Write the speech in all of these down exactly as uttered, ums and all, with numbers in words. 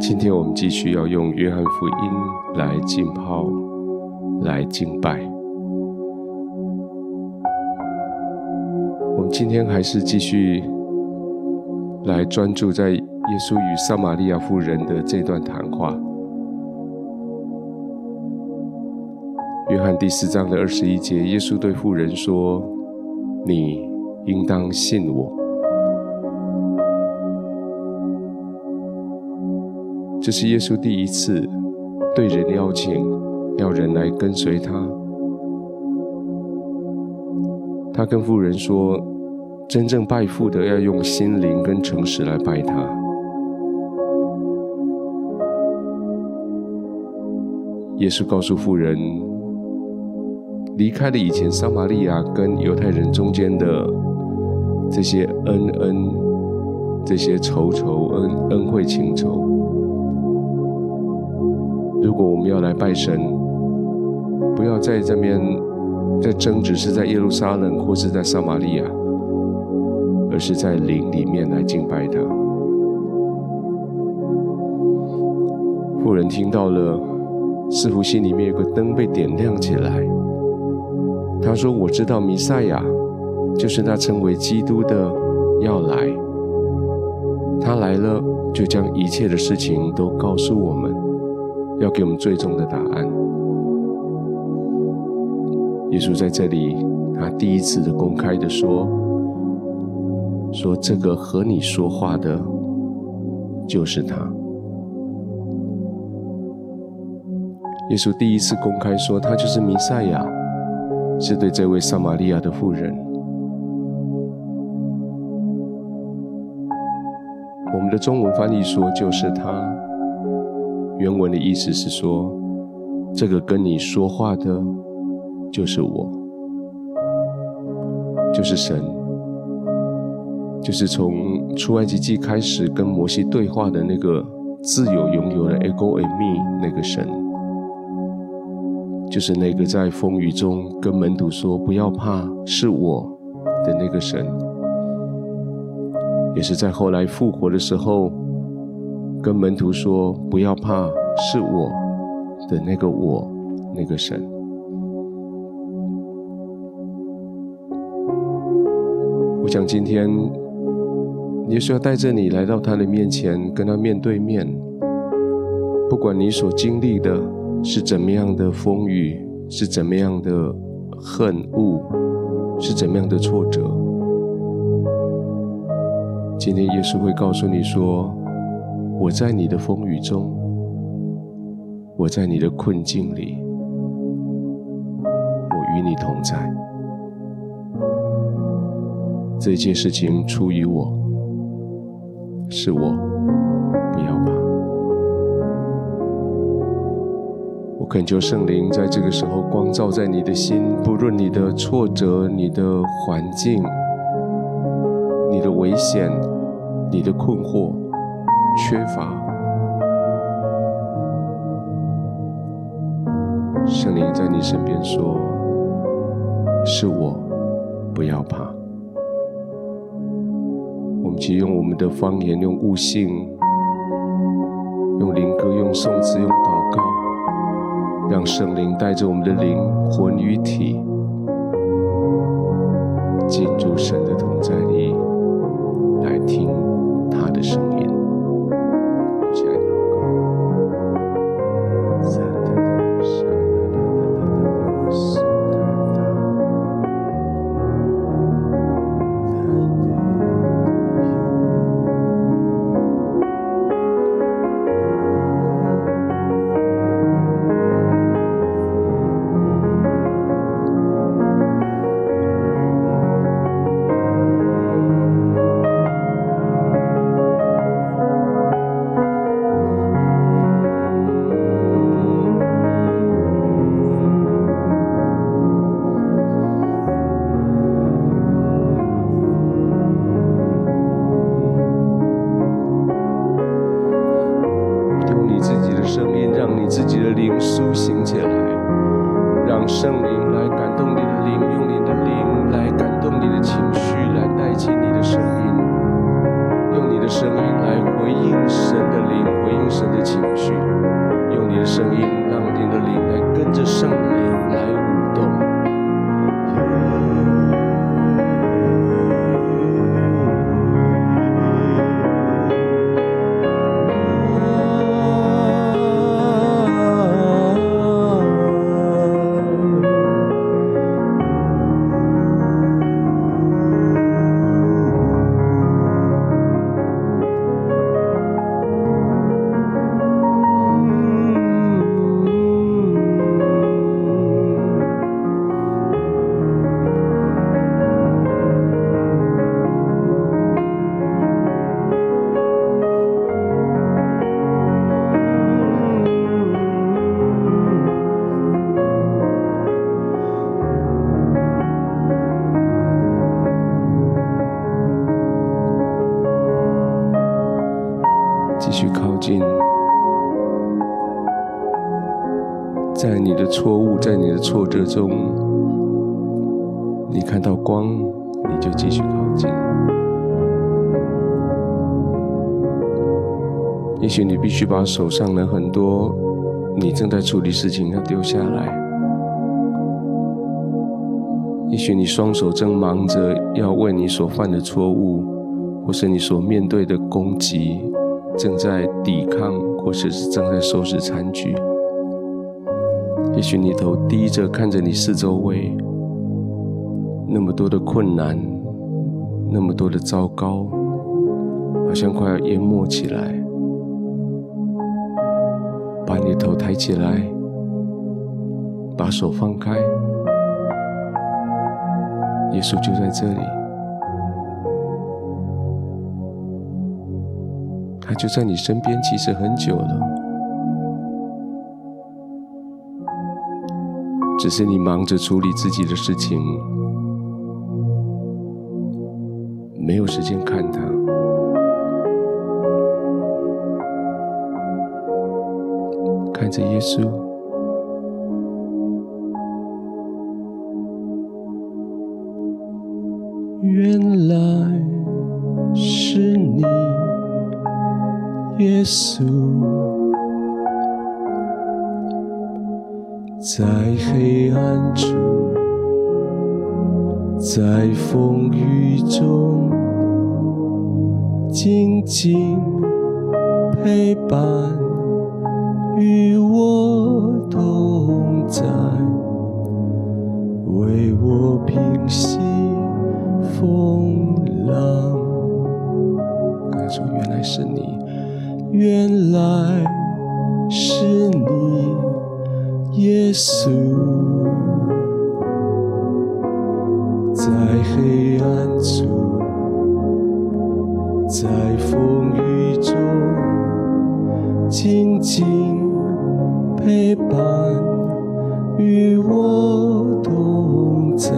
今天我们继续要用约翰福音来浸泡，来敬拜。我们今天还是继续来专注在耶稣与撒玛利亚妇人的这段谈话。约翰第四章的二十一节，耶稣对妇人说：你应当信我。这是耶稣第一次对人邀请，要人来跟随他。他跟妇人说，真正拜父的要用心灵跟诚实来拜他。耶稣告诉妇人，离开了以前撒玛利亚跟犹太人中间的这些恩恩，这些仇仇恩恩惠情仇。如果我们要来拜神，不要在这边在争执是在耶路撒冷或是在撒玛利亚，而是在灵里面来敬拜他。妇人听到了，似乎心里面有个灯被点亮起来。他说，我知道弥赛亚就是那称为基督的要来，他来了就将一切的事情都告诉我们，要给我们最终的答案。耶稣在这里，他第一次的公开的说，说这个和你说话的就是他。耶稣第一次公开说他就是弥赛亚，是对这位撒玛利亚的妇人。我们的中文翻译说就是他，原文的意思是说，这个跟你说话的就是我，就是神，就是从出埃及记开始跟摩西对话的那个自有永有的 Ego Eimi 那个神，就是那个在风雨中跟门徒说不要怕，是我的那个神，也是在后来复活的时候跟门徒说不要怕，是我的那个我，那个神。我想今天耶稣要带着你来到他的面前，跟他面对面。不管你所经历的是怎么样的风雨，是怎么样的恨恶，是怎么样的挫折，今天耶稣会告诉你说，我在你的风雨中，我在你的困境里，我与你同在。这件事情出于我，是我，不要怕。我恳求圣灵在这个时候光照在你的心，不论你的挫折，你的环境，你的危险，你的困惑，缺乏，圣灵在你身边说，是我，不要怕。我们其实用我们的方言，用悟性，用灵歌，用颂词，用祷告，让圣灵带着我们的灵魂与体进入神的同在里，来听他的声音。一起来祷告。 继续靠近，在你的错误，在你的挫折中，你看到光，你就继续靠近。也许你必须把手上的很多你正在处理事情要丢下来，也许你双手正忙着要为你所犯的错误，或是你所面对的攻击正在抵抗，或者是正在收拾残局。也许你头低着看着你四周围，那么多的困难，那么多的糟糕，好像快要淹没起来。把你的头抬起来，把手放开，耶稣就在这里，他就在你身边，其实很久了，只是你忙着处理自己的事情，没有时间看他。看着耶稣，原来是你，耶稣，在黑暗处，在风雨中，静静陪伴与我同在，为我平息风浪。跟他说，原来是你，原来是你，耶稣，在黑暗处，在风雨中，静静陪伴与我同在，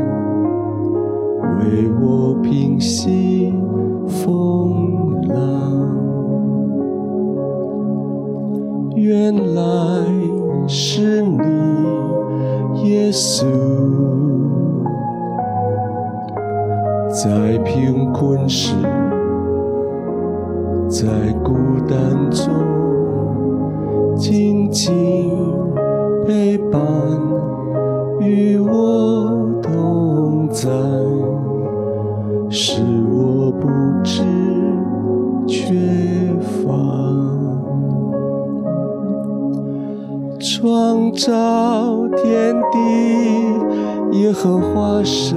为我平息风浪。原来是你，耶稣，在贫困时，在孤单中，静静陪伴与我同在，使我不知缺乏。创造天地，耶和华神，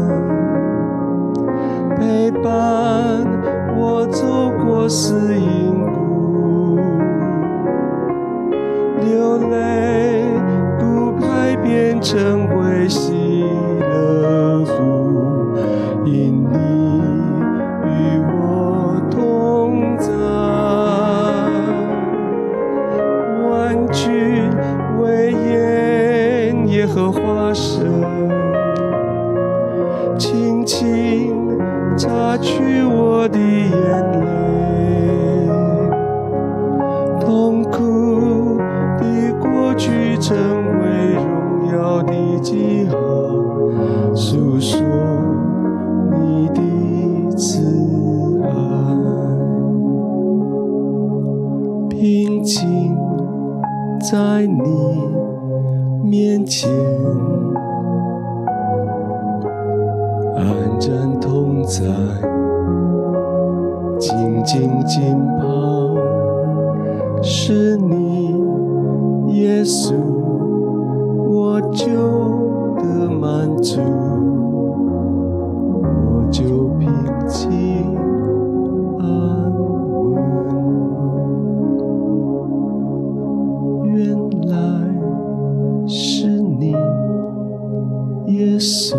陪伴我走过死荫谷，流泪骨牌变成为喜乐谷，因你与我同在。万军威严耶和华神，轻轻擦去我的眼泪，痛苦的过去成为荣耀的记号，诉说你的慈爱。平静在你面前，安然同在，静静近旁，是你，耶稣，我就得满足，我就平静安稳。原来是你，耶稣，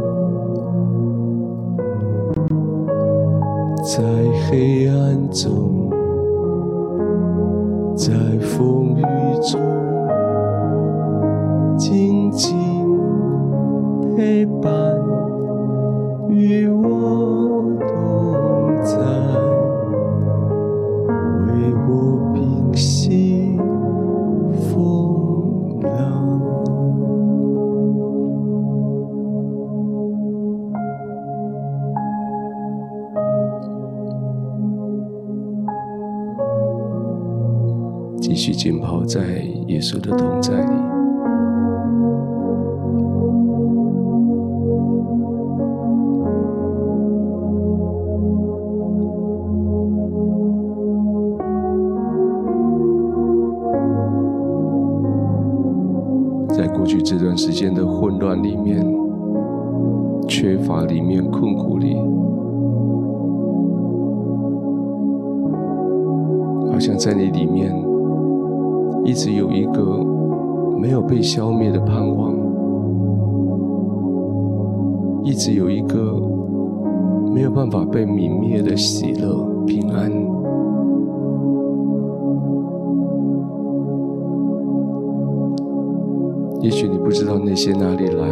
在黑暗中，在风雨中，静静陪伴与我同在，为继续浸泡在耶稣的同在里。在过去这段时间的混乱里面、缺乏里面、困苦里，好像在你里面一直有一个没有被消灭的盼望，一直有一个没有办法被泯灭的喜乐、平安。也许你不知道那些哪里来，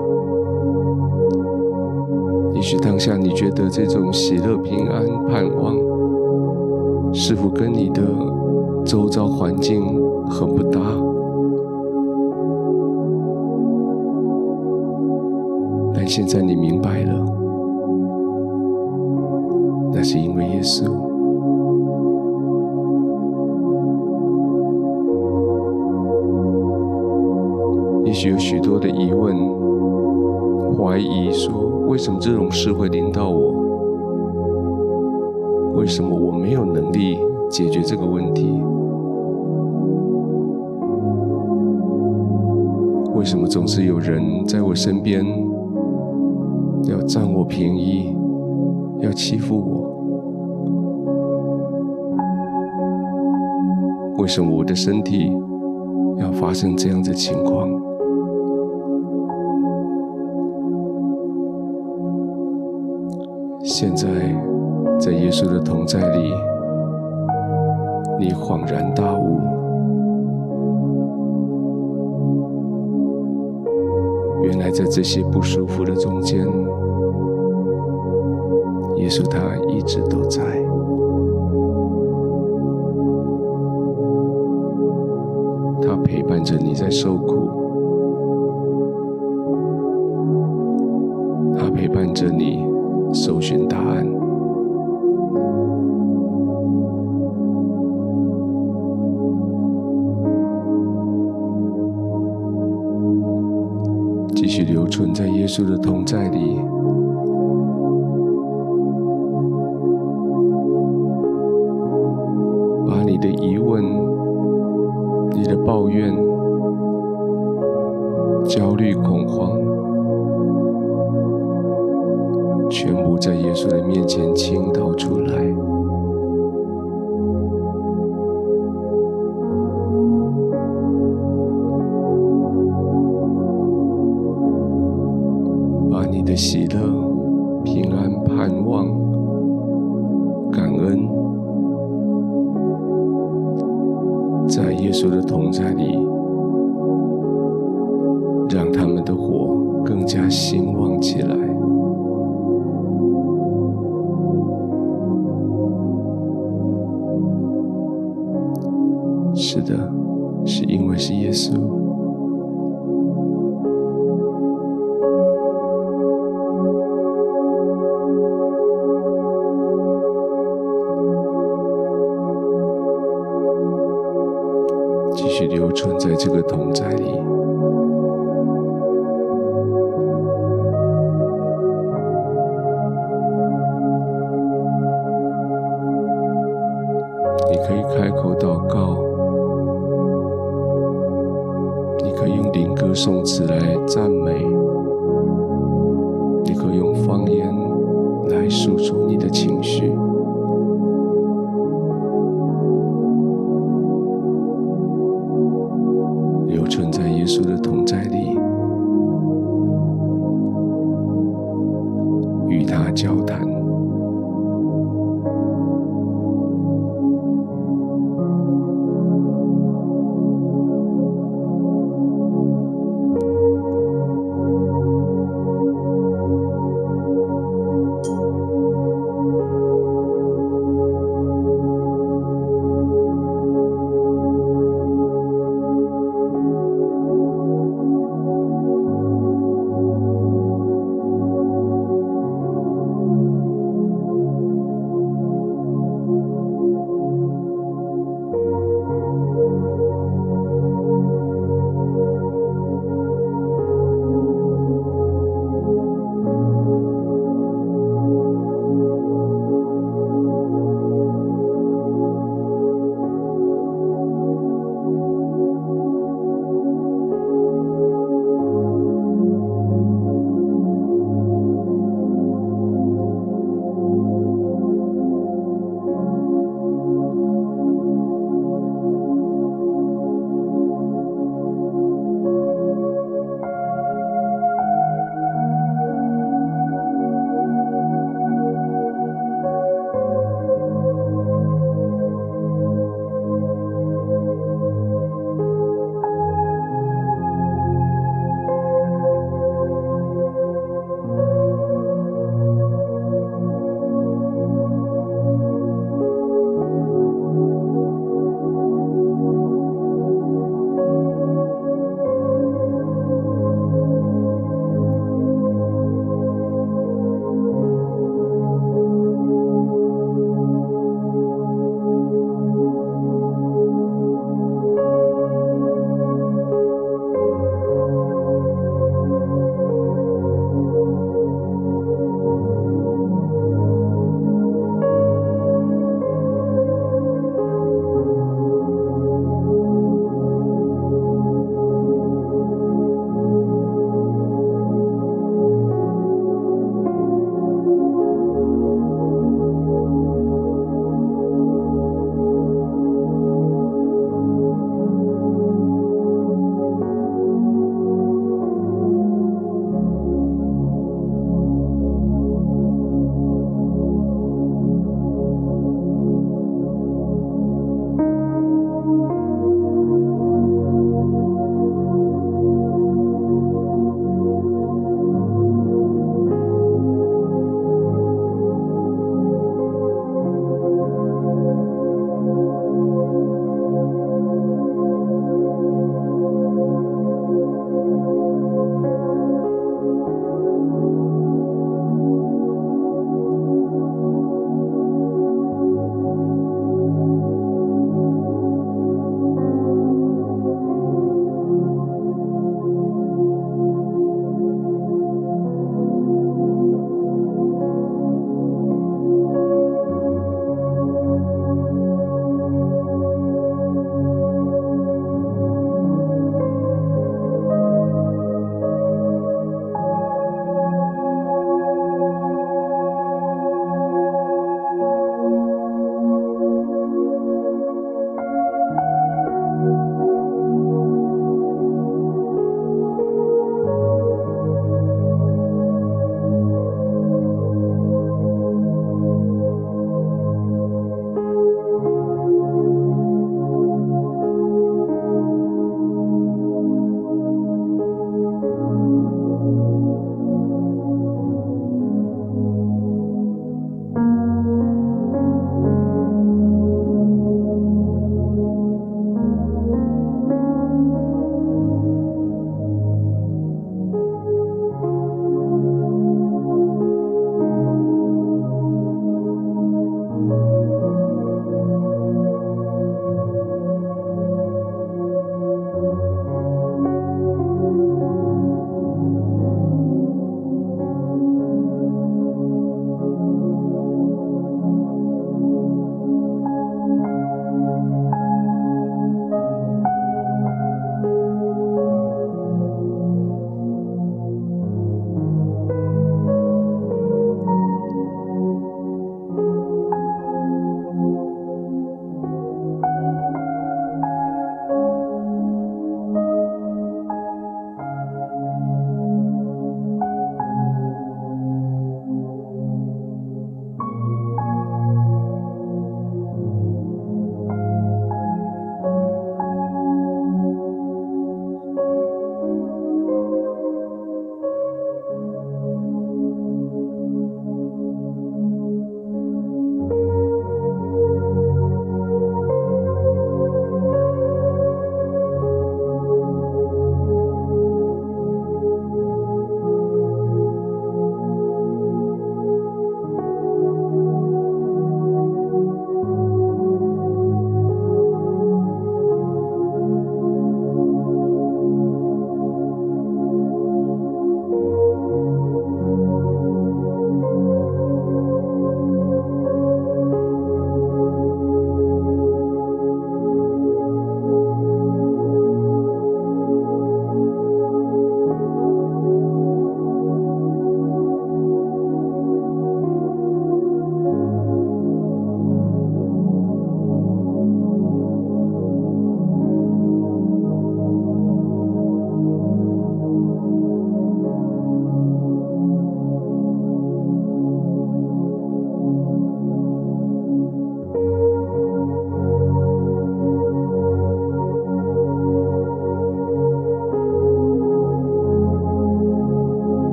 也许当下你觉得这种喜乐、平安、盼望，是否跟你的周遭环境很不搭？但现在你明白了，那是因为耶稣。也许有许多的疑问、怀疑，说为什么这种事会临到我？为什么我没有能力解决这个问题？为什么总是有人在我身边要占我便宜，要欺负我？为什么我的身体要发生这样的情况？现在在耶稣的同在里，你恍然大悟，原来在这些不舒服的中间，耶稣他一直都在。他陪伴着你在受苦，他陪伴着你搜寻答案。继续留存在耶稣的同在里，把你的疑问、你的抱怨、焦虑、恐慌，全部在耶稣的面前倾倒出来。把你的喜乐、平安、盼望、感恩，在耶稣的同在里，让他们的火更加兴旺起来。是的，是因为是耶稣。继续留存在这个同在里。你可以开口祷告，你可以用灵歌颂词来赞美，你可以用方言来诉说你的情绪。留存在耶稣的同在里，与他交谈。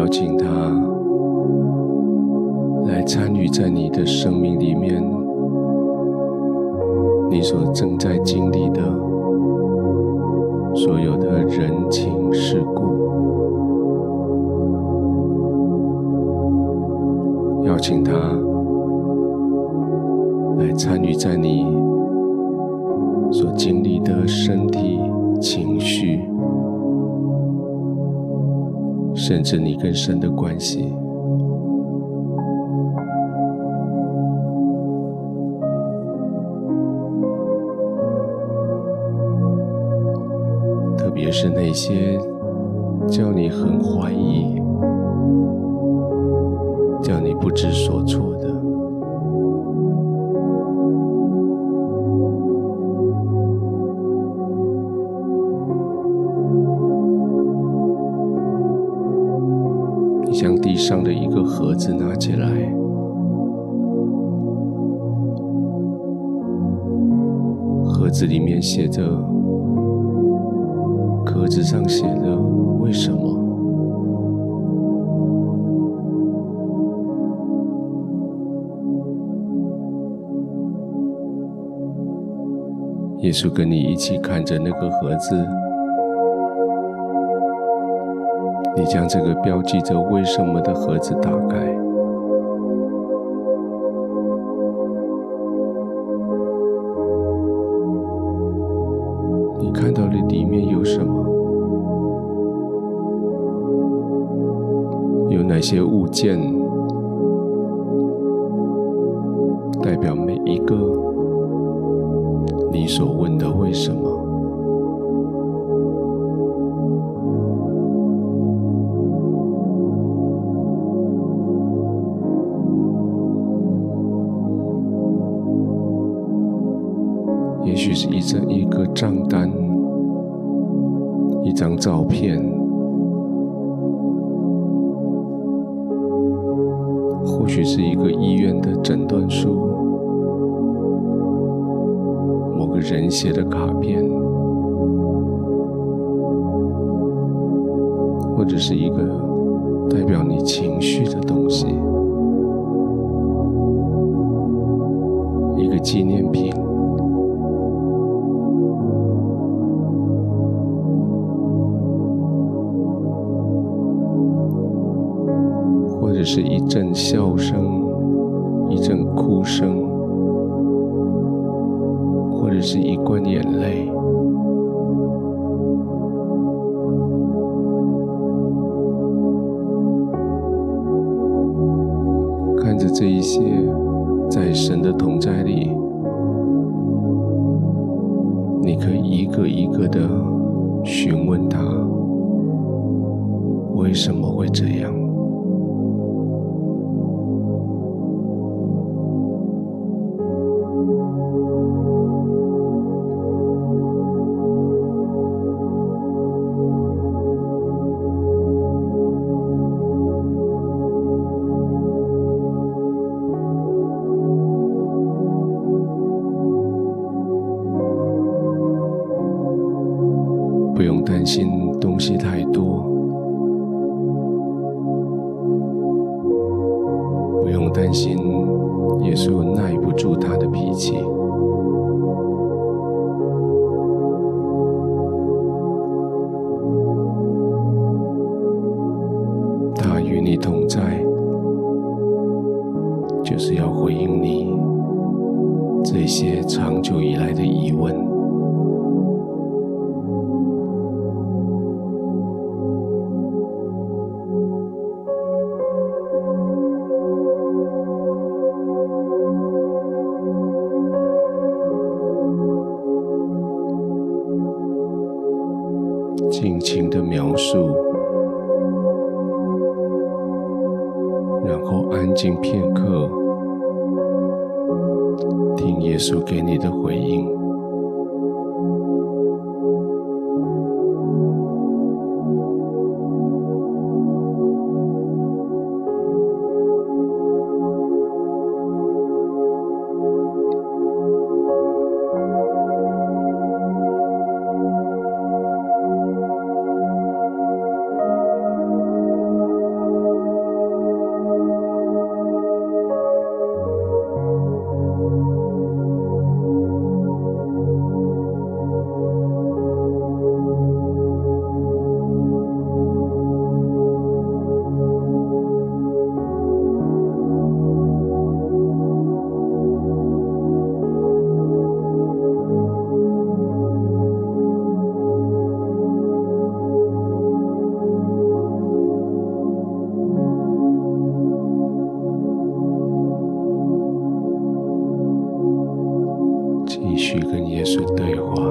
邀请他来参与在你的生命里面，你所正在经历的所有的人情世故，邀请他来参与在你所经历的身体、情绪，甚至你跟神的关系。特别是那些叫你很怀疑、叫你不知所措的，你将地上的一个盒子拿起来，盒子里面写着，壳子上写着为什么。耶稣跟你一起看着那个盒子，你将这个标记着为什么的盒子打开，你看到了里面有什么？有哪些物件代表每一个你所问的为什么？也许是一张一个账单，一张照片，或许是一个医院的诊断书，某个人写的卡片，或者是一个代表你情绪的东西，一个纪念品，或者是一阵笑声，一阵哭声，或者是一罐眼泪。看着这一些，在神的同在里，你可以一个一个的询问他，为什么会这样？不用担心东西太多，不用担心耶稣耐不住他的脾气。他与你同在，就是要回应你这些长久以来的疑问。尽情的描述，然后安静片刻，听耶稣给你的回应。 继续跟耶稣对话。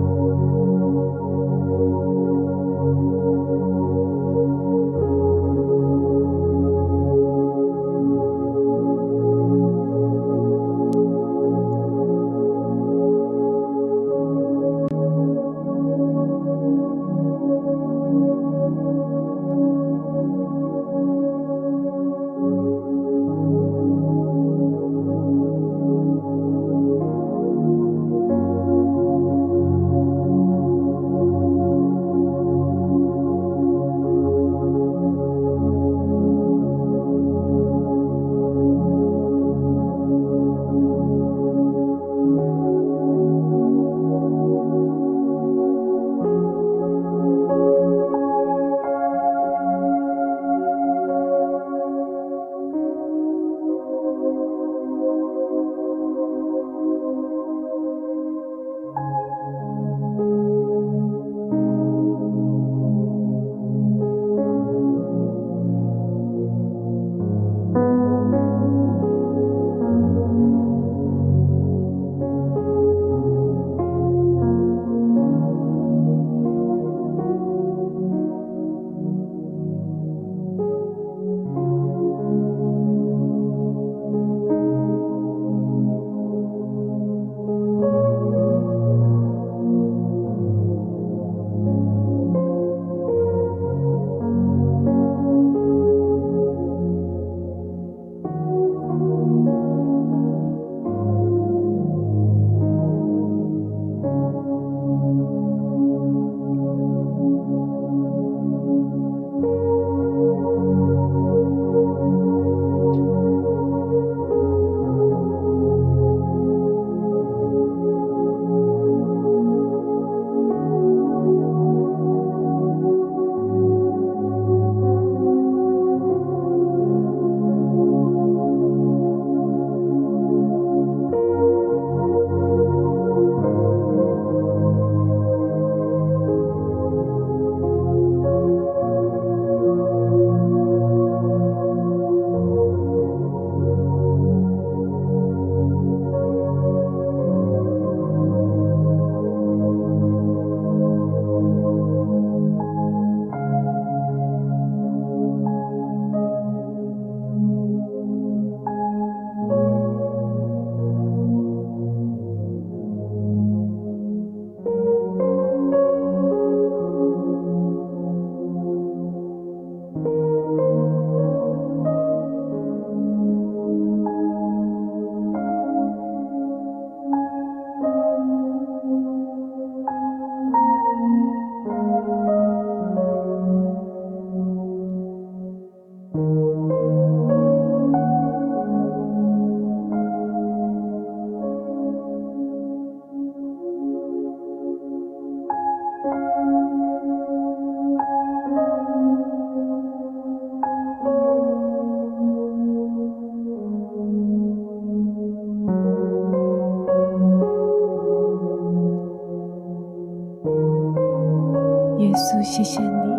耶稣，谢谢你，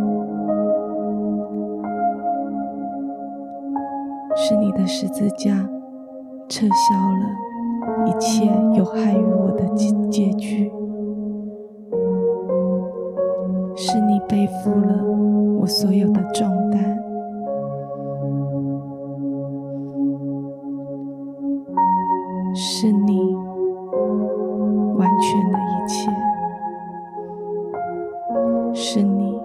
是你的十字架撤销了一切有害于我的结局，是你背负了我所有的重担，是你完全的一切，是你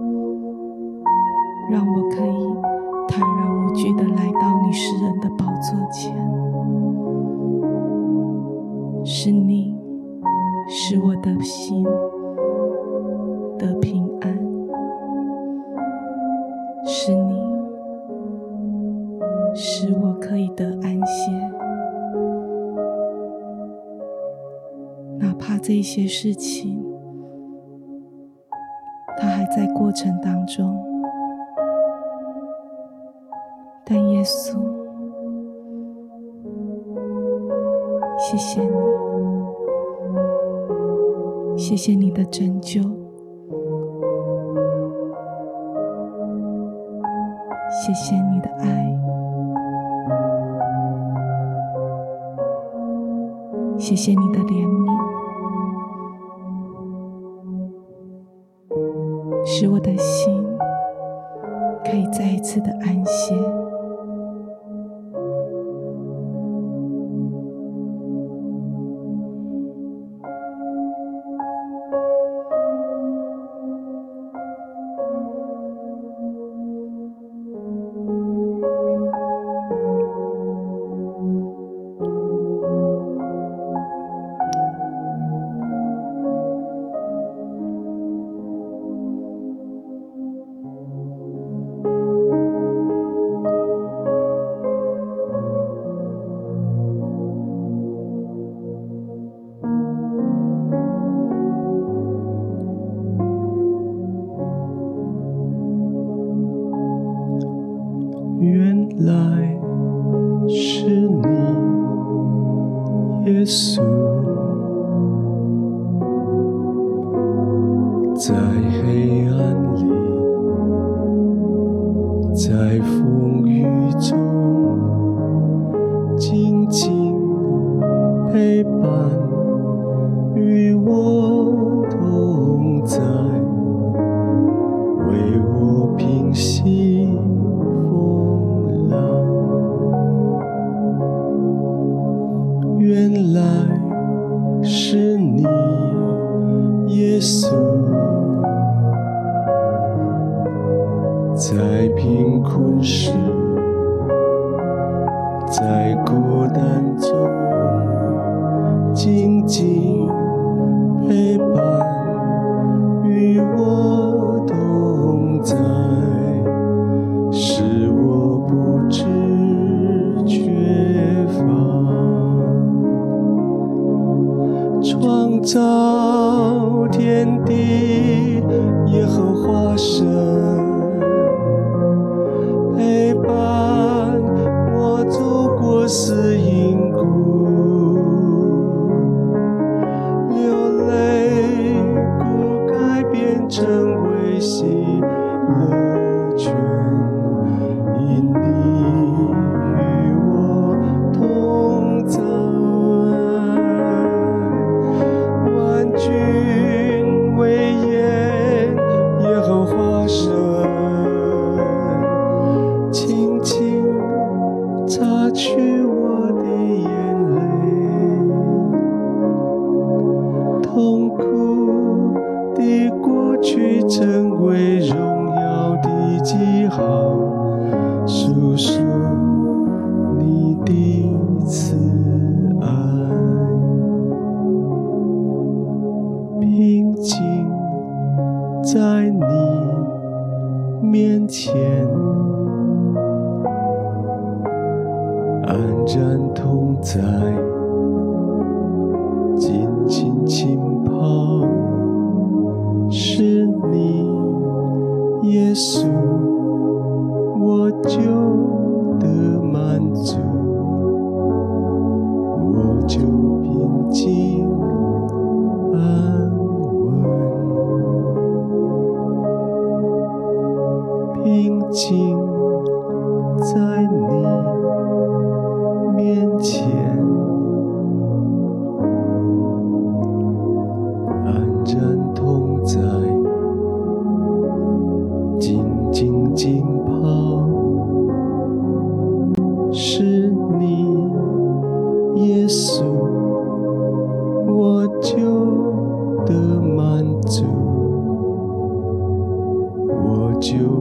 让我可以坦然无惧地来到你施恩的宝座前，是你使我的心得平安，是你使我可以得安歇，哪怕这些事情它还在过程当中，但耶稣，谢谢你，谢谢你的拯救，谢谢你的爱， 谢谢你的怜悯，使我的心可以再一次的安歇。 原来是你，耶稣，在黑暗里，在风雨中，紧紧陪伴，与我同在，为我平息风浪。原来是你，耶稣，在贫困时，在孤单中，紧紧陪伴，与我同在，使我不知缺乏。创造天地，耶和华神，陪伴我走过死荫谷，流泪苦改变成归喜乐泉，因你与我同在。万军威严，耶和华神，轻轻擦去我的眼泪，痛苦的过去成为荣耀的记号，诉说你的慈爱。平静在你面前，安然同在，尽情浸泡，是你，耶稣，我就得满足，我就平静安稳。平静在你面前，安然同在，静静浸泡，是你，耶稣，我就得满足，我就